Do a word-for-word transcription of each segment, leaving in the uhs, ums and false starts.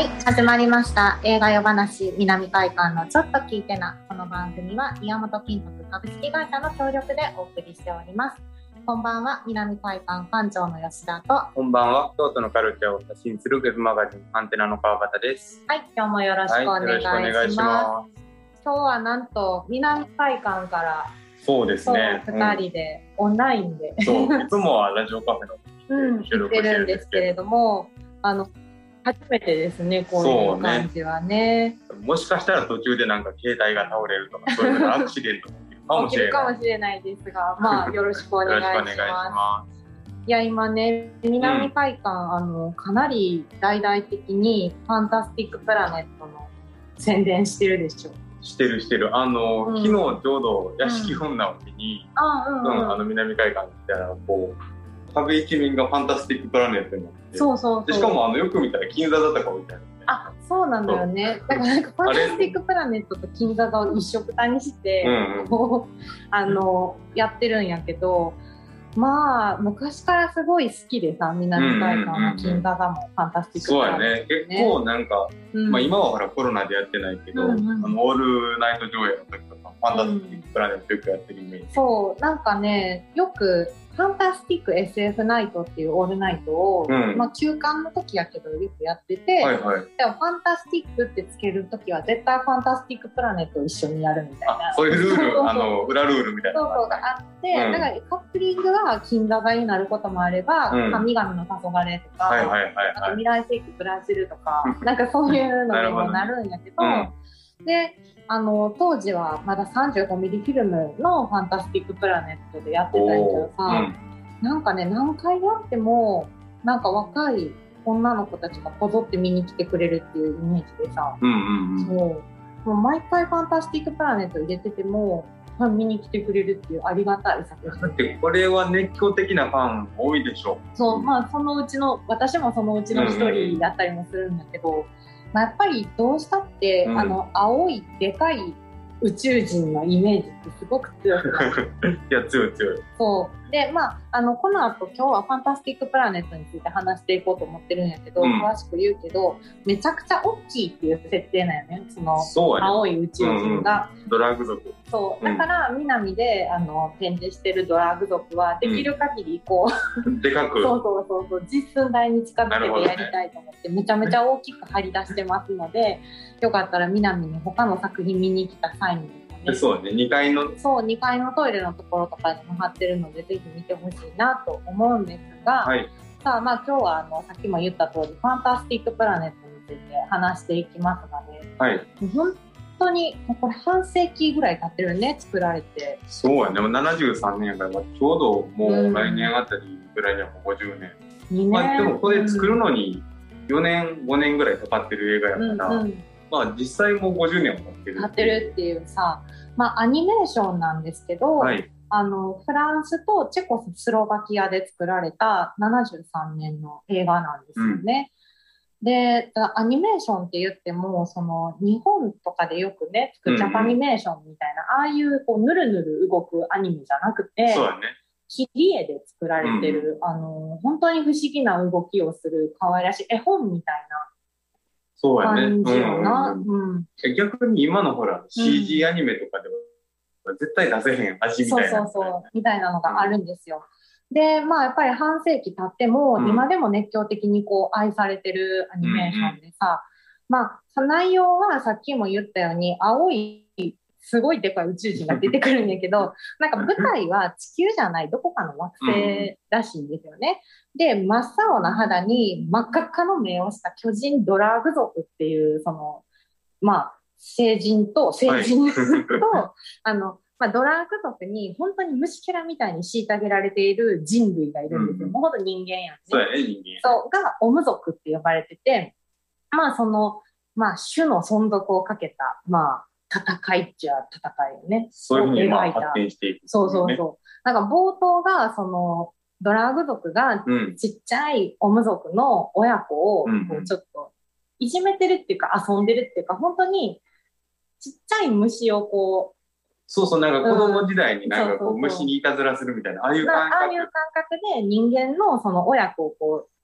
はい始まりました映画夜話南海館のちょっと聞いてな。この番組は宮本金属株式会社の協力でお送りしております。こんばんは、南海館館長の吉田と、 こんばんは、京都のカルチャーを発信するウェブマガジンアンテナの川端です。 はい、今日もよろしくお願いします。はい、よろしくお願いします。今日はなんと南海館からそうですねふたりで、うん、オンラインでそういつもはラジオカフェの収録してるんですけれども、 あの初めてですね、こういう感じは ね, ねもしかしたら途中でなんか携帯が倒れるとかそういうアクシデントも起きるかもしれない起きるかもしれないですが、まあよろしくお願いします。いや今ね、南海館、うん、あのかなり大々的にファンタスティックプラネットの宣伝してるでしょ。 してるしてるあの、うん、昨日ちょうど屋敷本直樹に、うんあうんうんうん、あの南海館に来たらこう壁一面がファンタスティックプラネットになって、 そうそうそうでしかもあのよく見たら金座だったかみたいな。 あ、そうなんだよね。だからなんかファンタスティックプラネットと金座を一緒くたにして、うんうん、こうあのやってるんやけど、まあ昔からすごい好きでさ、南海館の金座もファンタスティックプラネット、ね、 そうやね。結構なんか、うんまあ、今はほらコロナでやってないけど、うんうん、あのオールナイト上映の時とかファンタスティックプラネットよくやってるイメージ、うん、 そうなんかね、よくファンタスティック エスエフ ナイトっていうオールナイトを、うんまあ、休館の時やけどよくやってて、はいはい、でもファンタスティックってつける時は絶対ファンタスティックプラネットを一緒にやるみたいな、 そういうルールあの裏ルールみたいなそうそうがあって、うん、だからカップリングは金座がになることもあれば、うん、神々の黄昏とか、はいはいはいはい、あと未来世紀ブラジルとかなんかそういうのにもなるんやけど、うん、であの当時はまだ さんじゅうごミリ フィルムのファンタスティックプラネットでやってたんやけどさ、うん、なんかね何回やってもなんか若い女の子たちがこぞって見に来てくれるっていうイメージでさ、うんうんうん、そうもう毎回ファンタスティックプラネット入れてても見に来てくれるっていうありがたい作品。 だってこれは熱狂的なファン多いでしょ。 そう、まあそのうちの私もそのうちの一人だったりもするんだけど、うんうんまあ、やっぱりどうしたって、うん、あの青いでかい宇宙人のイメージってすごく強くなるいや強い強い。 そうで、まあ、あのこの後今日はファンタスティックプラネットについて話していこうと思ってるんやけど、うん、詳しく言うけどめちゃくちゃ大きいっていう設定なんよね、そのそう、ね、 青い宇宙人が、 うんうん、ドラッグ族。 そうだから南であの展示してるドラッグ族はできる限りこう、うん、 でかくそうそうそうそう実寸大に近づけてやりたいと思って、ね、めちゃめちゃ大きく張り出してますのでよかったら南に他の作品見に来た際にそうね、にかいのそうにかいのトイレのところとかにも貼ってるのでぜひ見てほしいなと思うんですが、はい、さあまあ今日はあのさっきも言った通りファンタスティックプラネットについて話していきますがね、はい、本当にこれ半世紀ぐらい経ってるね、作られて。 そうやね、ななじゅうさんねんやから、まあ、ちょうどもう来年あたりぐらいにはもうごじゅうねん、うんまあ、でもこれ作るのによねんごねんぐらいかかってる映画やから、うんうんまあ、実際もうごじゅうねんは経ってる経ってるっていうさ、まあ、アニメーションなんですけど、はい、あのフランスとチェコスロバキアで作られたななじゅうさんねんの映画なんですよね、うん、でアニメーションって言ってもその日本とかでよくね作るジャパニメーションみたいな、うんうん、ああいうこうぬるぬる動くアニメじゃなくて、 そうだね、 切り絵で作られてる、うん、あの本当に不思議な動きをする可愛らしい絵本みたいなそうやね、 感じよな、うんうん、 逆に今のほら シージー アニメとかでは絶対出せへん味みたいな、 そうそうそうみたいなのがあるんですよ、うん、でまあやっぱり半世紀経っても、うん、今でも熱狂的にこう愛されてるアニメーションでさ、うんうん、まあ内容はさっきも言ったように青いすごいでかい宇宙人が出てくるんやけどなんか舞台は地球じゃないどこかの惑星らしいんですよね、うん、で真っ青な肌に真っ赤っかの目をした巨人ドラーグ族っていうそのまあ成人と成人と、はい、あのまあ、ドラーグ族に本当に虫けらみたいに虐げられている人類がいるんですよ、うん、もうほんと人間やんね、 そうやね、人間そうがオム族って呼ばれてて、まあそのまあ種の存続をかけたまあ戦いっちゃ戦いをね、 そういうふうにまあ発展していく、ね、 そうそうそう。なんか冒頭がそのドラッグ族がちっちゃいオム族の親子をこうちょっといじめてるっていうか遊んでるっていうか、本当にちっちゃい虫をこうそうそう、なんか子供時代になんかこう虫にいたずらするみたいな、ああいう感覚、 ああいう感覚で人間のその親子をこう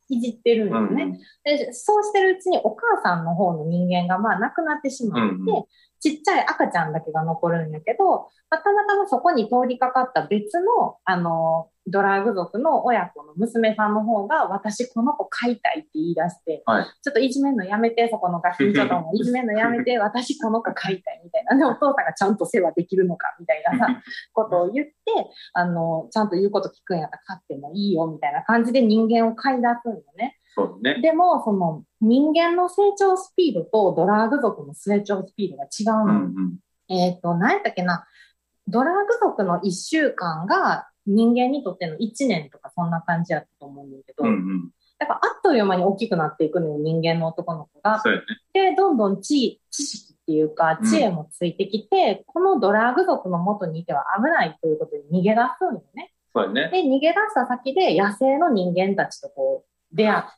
いじってるんよね、うん、でそうしてるうちにお母さんの方の人間がまあ亡くなってしまって、うん、ちっちゃい赤ちゃんだけが残るんやけど、まあ、たまたまそこに通りかかった別の、あのドラァグ族の親子の娘さんの方が、私この子飼いたいって言い出して、はい、ちょっといじめんのやめて、そこのガキンチョともいじめんのやめて、私この子飼いたいみたいな。で、お父さんがちゃんと世話できるのかみたいなさ、ことを言って、あの、ちゃんと言うこと聞くんやったら飼ってもいいよみたいな感じで人間を飼い出すんよね。 そうね。 でも、その人間の成長スピードとドラァグ族の成長スピードが違うの。うんうん、えっと、何やったっけな、ドラァグ族のいっしゅうかんが人間にとってのいちねんとかそんな感じやったと思うんだけど、うんうん、だからあっという間に大きくなっていくのよ、人間の男の子が。 そうやね、 で、どんどん知、知識っていうか知恵もついてきて、うん、このドラァグ族の元にいては危ないということで逃げ出すのよね。 そうやね。 で、逃げ出した先で野生の人間たちとこう出会って、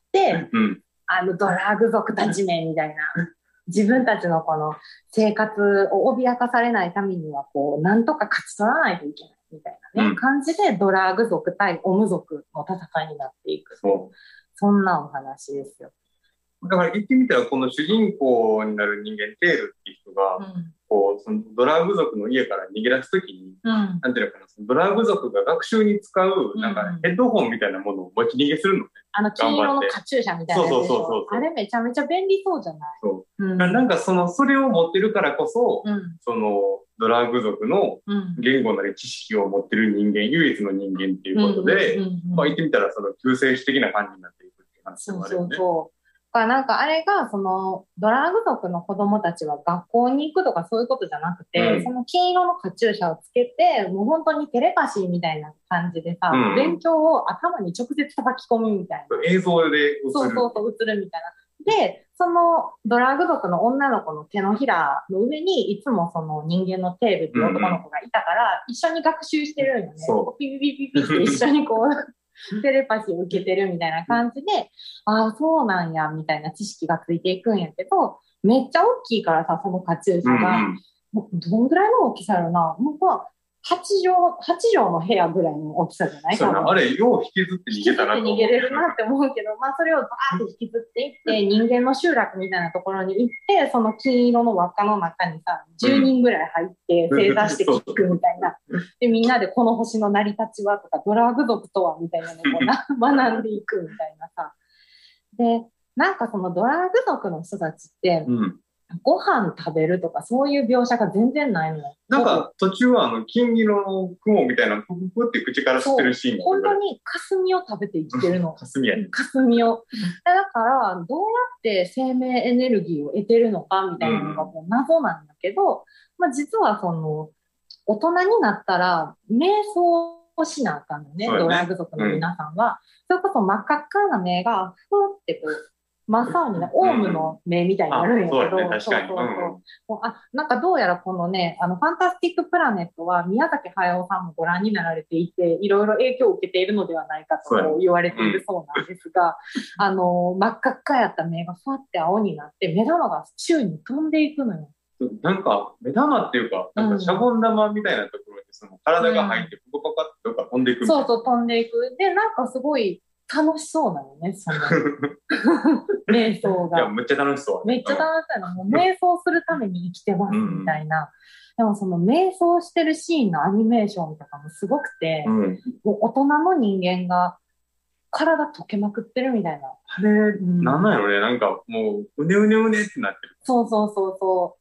うん、あのドラァグ族たちね、みたいな。自分たちのこの生活を脅かされないためには、こう、なんとか勝ち取らないといけないみたいなね、うん、感じで、ドラァグ族対オム族の戦いになっていく。そう。そんなお話ですよ。 だから言ってみたら、この主人公になる人間、テールっていう人が、うん、こう、そのドラァグ族の家から逃げ出すときに、うん、なんていうのかな、そのドラァグ族が学習に使う、なんか、ヘッドホンみたいなものを持ち逃げするのね。 あの、金色のカチューシャみたいなやつでしょ。そうそうそうそう。あれめちゃめちゃ便利そうじゃない？ そう。うん、なんかその、それを持ってるからこそ、うん、その、ドラァグ族の言語なり知識を持ってる人間、うん、唯一の人間っていうことで、まあ言ってみたら、その救世主的な感じになっていくっていう話でもあるよね。そうそうそう。 なんかあれが、その、ドラァグ族の子供たちは学校に行くとかそういうことじゃなくて、うん、その金色のカチューシャをつけて、もう本当にテレパシーみたいな感じでさ、うん、勉強を頭に直接叩き込むみたいな。 映像で映る。 そうそうそう、映るみたいな。で、そのドラァグ族の女の子の手のひらの上に、いつもその人間のテールっていう男の子がいたから、うん、一緒に学習してるんよね。そうピピピピピって一緒にこう、テレパシーを受けてるみたいな感じで、ああ、そうなんや、みたいな知識がついていくんやけど、めっちゃ大きいからさ、そのカチューシャが、うんうん、どんぐらいの大きさやろな、もうはち畳、はち畳の部屋ぐらいの大きさじゃないかな。 あれ、よう引きずって逃げたなと思う。 引きずって逃げれるなって思うけど、まあそれをバーって引きずっていって、人間の集落みたいなところに行って、その金色の輪っかの中にさ、じゅうにんぐらい入って正座して聞くみたいな。で、みんなでこの星の成り立ちはとか、ドラァグ族とはみたいなのを学んでいくみたいなさ。で、なんかそのドラァグ族の人たちって、うんご飯食べるとかそういう描写が全然ないのよ。 なんか途中はあの金色の雲みたいなプププって口から吸ってるシーンが本当に霞を食べて生きてるの。 霞やね。 霞を。だからどうやって生命エネルギーを得てるのかみたいなのがもう謎なんだけど、うん、まあ実はその大人になったら瞑想をしなあかんのね、ねドラァグ族の皆さんは。うん、それこそ真っ赤っかな目がふーってこう真っ青にな、オウムの目みたいになるんやけど、うん、そうね、確かに。そうそうそう。あ、なんかどうやらこのね、あの、ファンタスティックプラネットは宮崎駿さんもご覧になられていて、いろいろ影響を受けているのではないかと言われているそうなんですが、うん、あの、真っ赤っかやった目がふわって青になって、目玉が宙に飛んでいくのよ。 なんか、目玉っていうか、なんかシャボン玉みたいなところにその体が入って、ポコポコってどっか飛んでいくみたいな、 うん。そうそう、飛んでいく。で、なんかすごい、楽しそうなのね、その瞑想が。 いや、めっちゃ楽しそう。 めっちゃ楽しそうなの。もう瞑想するために生きてますみたいな。うん、でもその瞑想してるシーンのアニメーションとかもすごくて、うん、もう大人の人間が体溶けまくってるみたいな。 あれ、うん、なんなんやろね、なんかもう、うねうねうねってなってる。 そうそうそうそう。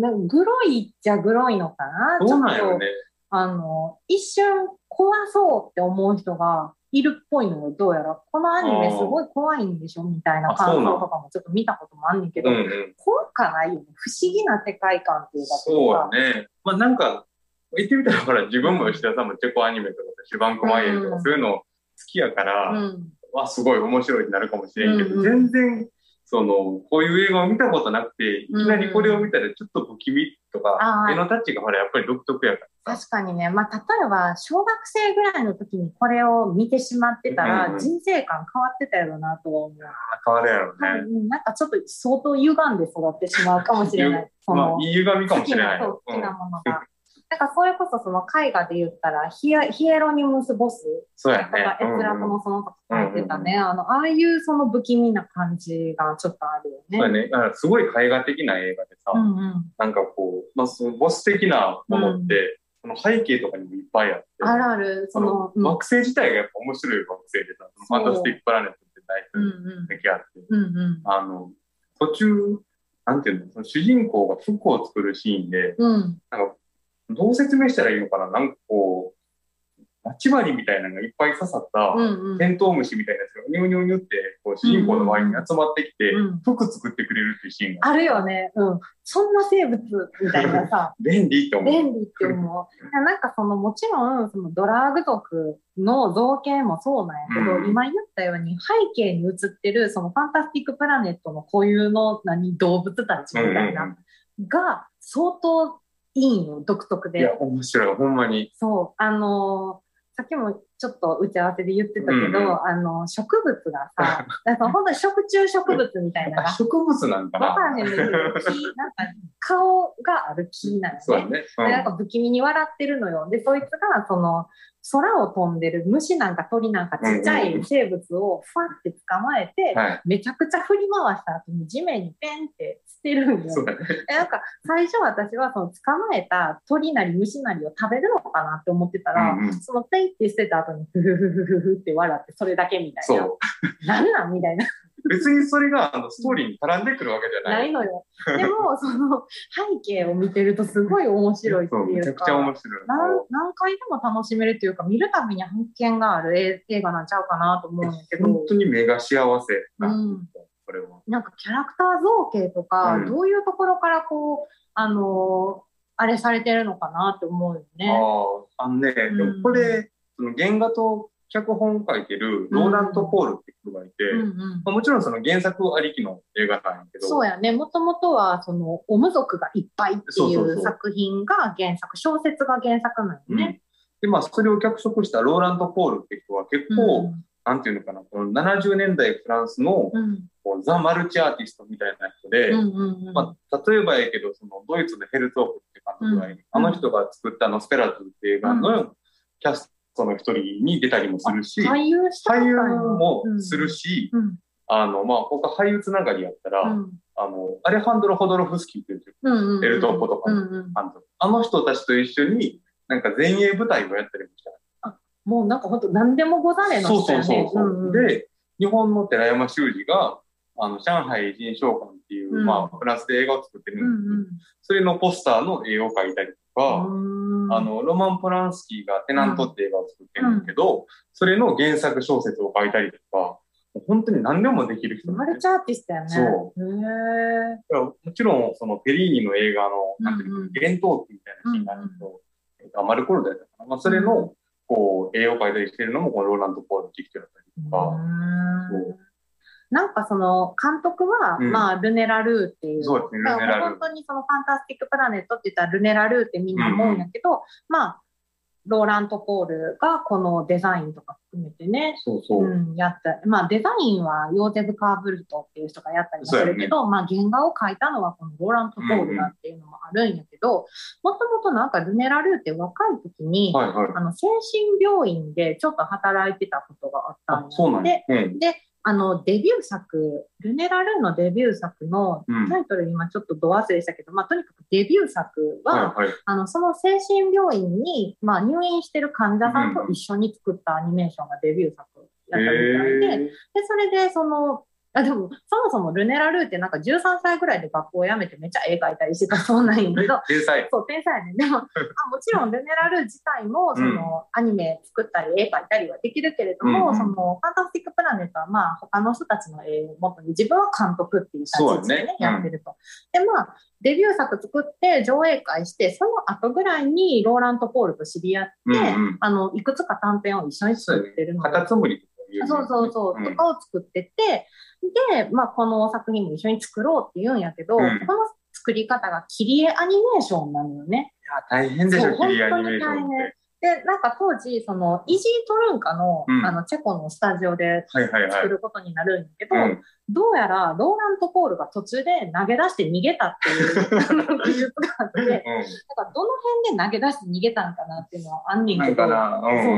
なんかグロいっちゃグロいのかな。 そうなんやろね。 あの、一瞬怖そうって思う人が、いるっぽいのよ、どうやら。このアニメすごい怖いんでしょみたいな感想とかもちょっと見たこともあんねんけど、うんうん、怖くないよね。不思議な世界観っていうか。 そうね。まあなんか、言ってみたらほら、自分も吉田さんもチェコアニメとかシュバンコマイエルとかそういうの好きやから、うん、わ、すごい面白いになるかもしれんけど、うんうん、全然、その、こういう映画を見たことなくて、いきなりこれを見たらちょっと不気味とか、うん、絵のタッチがほら、やっぱり独特やから。 確かにね。まあ、例えば、小学生ぐらいの時にこれを見てしまってたら、うん、人生観変わってたやろなと思う。 変わるやろね、 うん。なんかちょっと相当歪んで育ってしまうかもしれない。 そのまあ、いい歪みかもしれない。 好きな、そう好きなものが。だかそれこそその絵画で言ったらヒエ、ヒエロニムス・ボスそうやね。 とか閲楽もそのとか書いてたね、うんうん、あのああいうその不気味な感じがちょっとあるよね。 そうやね。だからすごい絵画的な映画でさ、うんうん、なんかこう、まあ、そのボス的なものって、うん、その背景とかにもいっぱいあって、 あるある、その、 その惑星自体がやっぱ面白い惑星でさ、そのファンタスティック・プラネットって大体だけあって、うんうん、あの途中なんていうの、その主人公が服を作るシーンで、うん、なんかどう説明したらいいのかな、なんかこう待ち針みたいなのがいっぱい刺さったテントウムシみたいなやつがニュニュニュってこう主人公の周りに集まってきて、うんうん、服作ってくれるっていうシーンがあるよね。うん。そんな生物みたいなさ。 便利って思う。 便利って思う。なんかそのもちろんそのドラッグ族の造形もそうなんやけど、うん、今言ったように背景に映ってるそのファンタスティックプラネットの固有の何動物たちみたいな、うんうん、が相当いいの、独特で。 いや、面白い、ほんまに。 そう、あのー、さっきもちょっと打ち合わせで言ってたけど、うんうん、あの、植物がさ、本当に食虫植物みたいなのが。 植物なんかな。 わからへんねんけど、木、なんか顔がある木なんですね。 ね、うん、 でなんか不気味に笑ってるのよ。で、そいつが、その、空を飛んでる虫なんか鳥なんかちっちゃい生物をファって捕まえて、うんうんうん、めちゃくちゃ振り回した後に地面にペンって捨てるんよ。 そうだね、 なんか最初私はその捕まえた鳥なり虫なりを食べるのかなって思ってたら、うんうん、そのペイって捨てた後にフフフフフフって笑ってそれだけみたいな。そう。なんなんみたいな。 別にそれがあのストーリーに絡んでくるわけじゃない。 ないのよ。でも、その背景を見てるとすごい面白いっていうか、 めちゃくちゃ面白い。 何、何回でも楽しめるというか、見るたびに発見がある映画なんちゃうかなと思うんだけど。 本当に目が幸せな、うん、これは。 なんかキャラクター造形とか、うん、どういうところからこう、あのー、あれされてるのかなって思うよね。 ああ、あのね、うん、でもこれ、その原画と脚本を書いてるローラント・ポールって人がいて、うんうんまあ、もちろんその原作ありきの映画なんやけど。 そうやね。もともとはそのオム族がいっぱいっていう作品が原作、小説が原作なんよね。うん、 で、まあそれを脚色したローラント・ポールって人は結構、うん、なんていうのかな、このななじゅうねんだいフランスの、うん、こうザ・マルチアーティストみたいな人で、うんうんうんまあ、例えばやけど、そのドイツのヘルツォークって監督がいる、うん、あの人が作ったノスペラトゥっていう映画のキャスト、その一人に出たりもするし、 俳優した俳優もするし、うん、あの、まあ、他俳優つながりやったら、うん、あの、アレハンドロ・ホドロフスキーっていう、うんうんうん、エルトーポとかの、うんうん、あの人たちと一緒に、なんか前衛舞台をやったりもした。 あ、もうなんか本当何でもござれの人やね。 そうそうそうそう、うんうん。で、日本の寺山修司が、あの、上海人召喚っていう、うん、まあ、フランスで映画を作ってるんですけど、うんうん、それのポスターの絵を描いたりとか、あの、ロマン・ポランスキーがテナントって映画を作ってるんだけど、うん、それの原作小説を書いたりとか、本当に何でもできる人、ね。 マルチアーティストやね。 そう。 へもちろん、そのペリーニの映画の、なんていうか、幻灯機みたいなシーンがあるけど、うんうん、アマルコルダやったかな。まあ、それの、こう、絵を描いたりしてるのも、このローランド・ポールって人だったりとか、そうなんかその監督は、うん、まあルネ・ラルーっていう。 そうですね、ルネ・ラルー。 本当にそのファンタスティック・プラネットって言ったらルネ・ラルーってみんな思うんやけど、うん、まあ、ローラント・ポールがこのデザインとか含めてね、 そうそう。 うん、やった。まあデザインはヨーゼフ・カーブルトっていう人がやったりするけど、ね、まあ原画を描いたのはこのローラント・ポールだっていうのもあるんやけど、もともとなんかルネ・ラルーって若い時に、はいはい、あの精神病院でちょっと働いてたことがあったんで、 そうなんで、うん、 であの、デビュー作、ルネ・ラルーのデビュー作のタイトル今ちょっとど忘れしたけど、うん、まあ、とにかくデビュー作は、はいはい、あの、その精神病院に、まあ、入院してる患者さんと一緒に作ったアニメーションがデビュー作やったみたいで、で、それで、その、あでも、そもそもルネ・ラルーってなんかじゅうさんさいぐらいで学校を辞めてめっちゃ絵描いたりしてたそうなんやけど、 天才。 そう、天才ね。でも、あもちろんルネ・ラルー自体も、その、うん、アニメ作ったり絵描いたりはできるけれども、うん、その、ファンタスティック・プラネットはまあ、他の人たちの絵をもとに自分は監督っていう立ち位置でね、ねやってると。で、まあ、デビュー作作って上映会して、その後ぐらいにローラント・ポールと知り合って、うんうん、あの、いくつか短編を一緒に作ってるので。 カタツムリそうそうそう、うん、とかを作ってて、で、まあ、この作品も一緒に作ろうって言うんやけど、うん、この作り方が切り絵アニメーションなのよね。 いや、大変でしょ、切り絵アニメーションって。 で、なんか当時、その、イジートルンカの、うん、あの、チェコのスタジオで作ることになるんだけど、はいはいはい、どうやら、ローラント・ポールが途中で投げ出して逃げたっていう記述があって、うん、なんかどの辺で投げ出して逃げたんかなっていうのはあんねんけど、うん、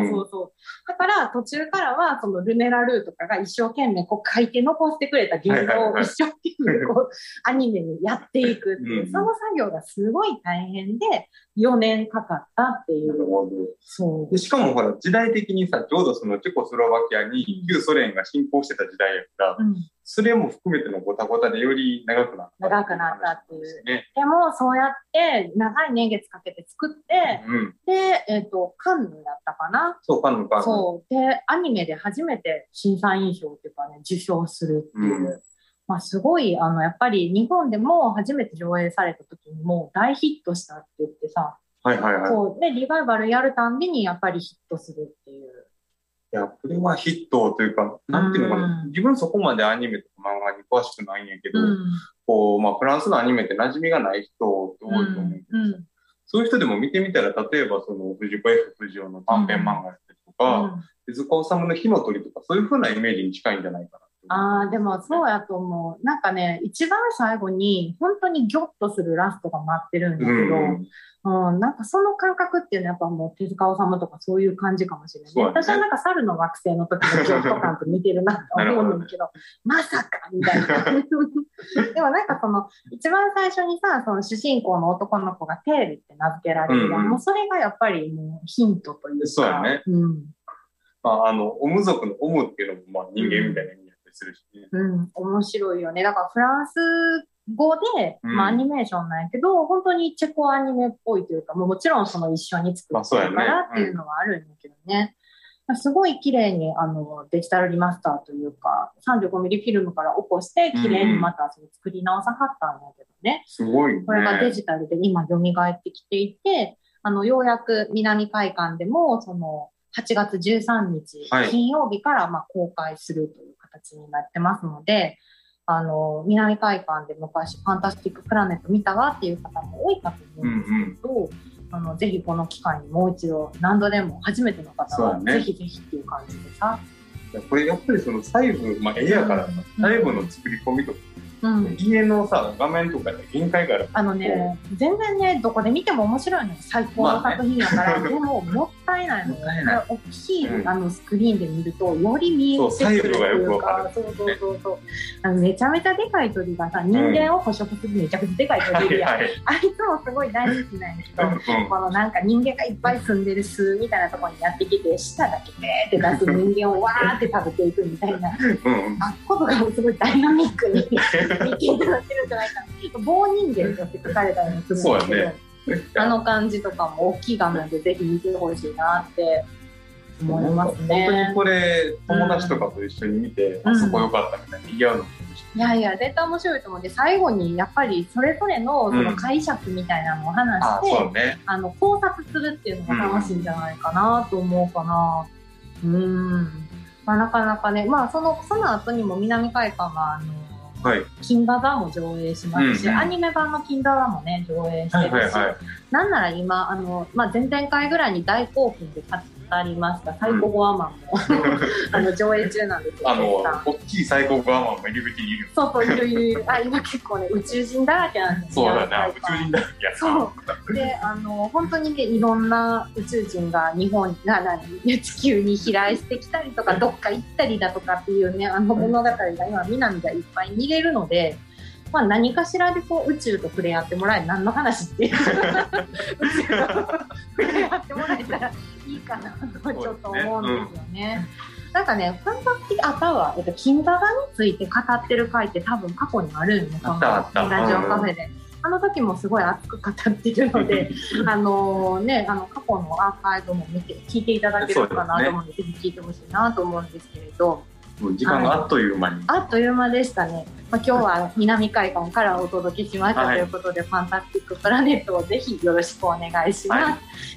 そうそうそう。だから途中からは、そのルネラルーとかが一生懸命こう書いて残してくれた現像を一生懸命こう、アニメにやっていくっていう、うん、その作業がすごい大変で、よねんかかったっていう。 そう。でしかもほら、時代的にさ、ちょうどそのチェコスロバキアに旧ソ連が侵攻してた時代やから、うん、それも含めてのごたごたでより長くなった。 長くなったっていう。ね、でも、そうやって長い年月かけて作って、うん、で、えっと、カンヌだったかな。 そう、カンヌ、カンヌ。 そう。で、アニメで初めて審査員賞っていうかね、受賞するっていう。うん、まあ、すごい、あの、やっぱり日本でも初めて上映された時にもう大ヒットしたって言ってさ、 はいはいはい。 そう。で、リバイバルやるたんびにやっぱりヒットするっていう。 いや、これはヒットというか、なんていうのかな。自分そこまでアニメとか漫画に詳しくないんやけど、うん、こう、まあ、フランスのアニメって馴染みがない人って多いと思うんですけど、うんうん、そういう人でも見てみたら、例えばその、藤子 F 不二雄の短編漫画やったりとか、手塚治虫の火の鳥とか、そういう風なイメージに近いんじゃないかな。 ああ、でもそうやと思う。なんかね、一番最後に本当にギョッとするラストが待ってるんだけど、うんうん、なんかその感覚っていうのはやっぱもう手塚治虫とかそういう感じかもしれない、ね。私はなんか猿の惑星の時のギョッと感と似てるなって思うんだけど、どまさかみたいな。でもなんかその一番最初にさ、その主人公の男の子がテールって名付けられる、うん、もうそれがやっぱりもうヒントというか。 そうやね。うん、まあ、あの、オム族のオムっていうのもまあ人間みたいな意味だったりするしね。 うん、面白いよね。だからフランス語で、まあ、アニメーションなんやけど、うん、本当にチェコアニメっぽいというか、もうもちろんその一緒に作ってるからっていうのはあるんだけどね。まあ、すごい綺麗にあのデジタルリマスターというか、さんじゅうごミリフィルムから起こして綺麗にまたその作り直さはったんだけどね。 すごいね。 これがデジタルで今蘇ってきていて、あの、ようやく南海館でも、その、はちがつじゅうさんにち、はい、金曜日からまあ公開するという形になってますので、あの、南海館で昔ファンタスティックプラネット見たわっていう方も多いかと思うんですけど、うんうん、あの、ぜひこの機会にもう一度何度でも初めての方はぜひぜひっていう感じでさ。 いやこれやっぱりその細部、まあ絵やから細部の作り込みとか、うん、家のさ、画面とかで限界がある。 あのね、全然ね、どこで見ても面白いのよ。最高の作品やから。まあね、でも、もったいないのよ。大きい、うん、あのスクリーンで見ると、より見えてくるというか、そうそうそうそう。あのめちゃめちゃでかい鳥がさ、人間を捕食するめちゃくちゃでかい鳥や、うんはいはい。あいつもすごい大好きなんだけど、うん、このなんか人間がいっぱい住んでる巣みたいなところにやってきて、舌だけペーって出す人間をわーって食べていくみたいな、うん、あっことかもすごいダイナミックに。見ていただけるんじゃないかな。棒人間として書かれたりもするんですけど、ね、あの感じとかも大きい画面でぜひ見てほしいなって思いますね。 本当にこれ友達とかと一緒に見て、うん、あそこ良かったみたいな言い合うのもいやいや絶対面白いと思うんで、最後にやっぱりそれぞれのその解釈みたいなのを話して、うんあね、あの考察するっていうのが楽しいんじゃないかなと思うかな。うん、うんまあ、なかなかね、まあそのその後にも南海館があのはい、金馬座も上映しますし、うんうん、アニメ版の金馬座もね上映してるし、はいはいはい、なんなら今あの、まあ、前々回ぐらいに大興奮で語りましたサイコゴアマンも、うん、あの上映中なんですよ。 あの大きいサイコゴアマンも入り口にいる。 そうそういるいる。あ今結構ね宇宙人だらけなんですよ。そうだね宇宙人だらけや。 そうであの本当にねいろんな宇宙人が日本が何地球に飛来してきたりとかどっか行ったりだとかっていうねあの物語が今南がいっぱい見れるので。まあ、何かしらでこう宇宙と触れ合ってもらえ何の話っていう宇宙と触れ合ってもらえたらいいかなとちょっと思うんですよね。ねうん、なんかね、ファンタスティックあたは、えっと、金座について語ってる回って多分過去にあるんですよ、ラジオカフェで。あの時もすごい熱く語ってるので、あのね、あの過去のアーカイブも見て聞いていただけるかなと思うので、ぜひ聞いてほしいなと思うんですけれど。 時間があっという間にあっという間でしたね、まあ、今日は南海岸からお届けしましたということで、はい、ファンタスティックプラネットをぜひよろしくお願いします、はい、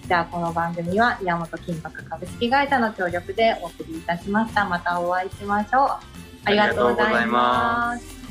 ではこの番組は岩本金箔株式会社の協力でお送りいたしました。またお会いしましょう。ありがとうございます。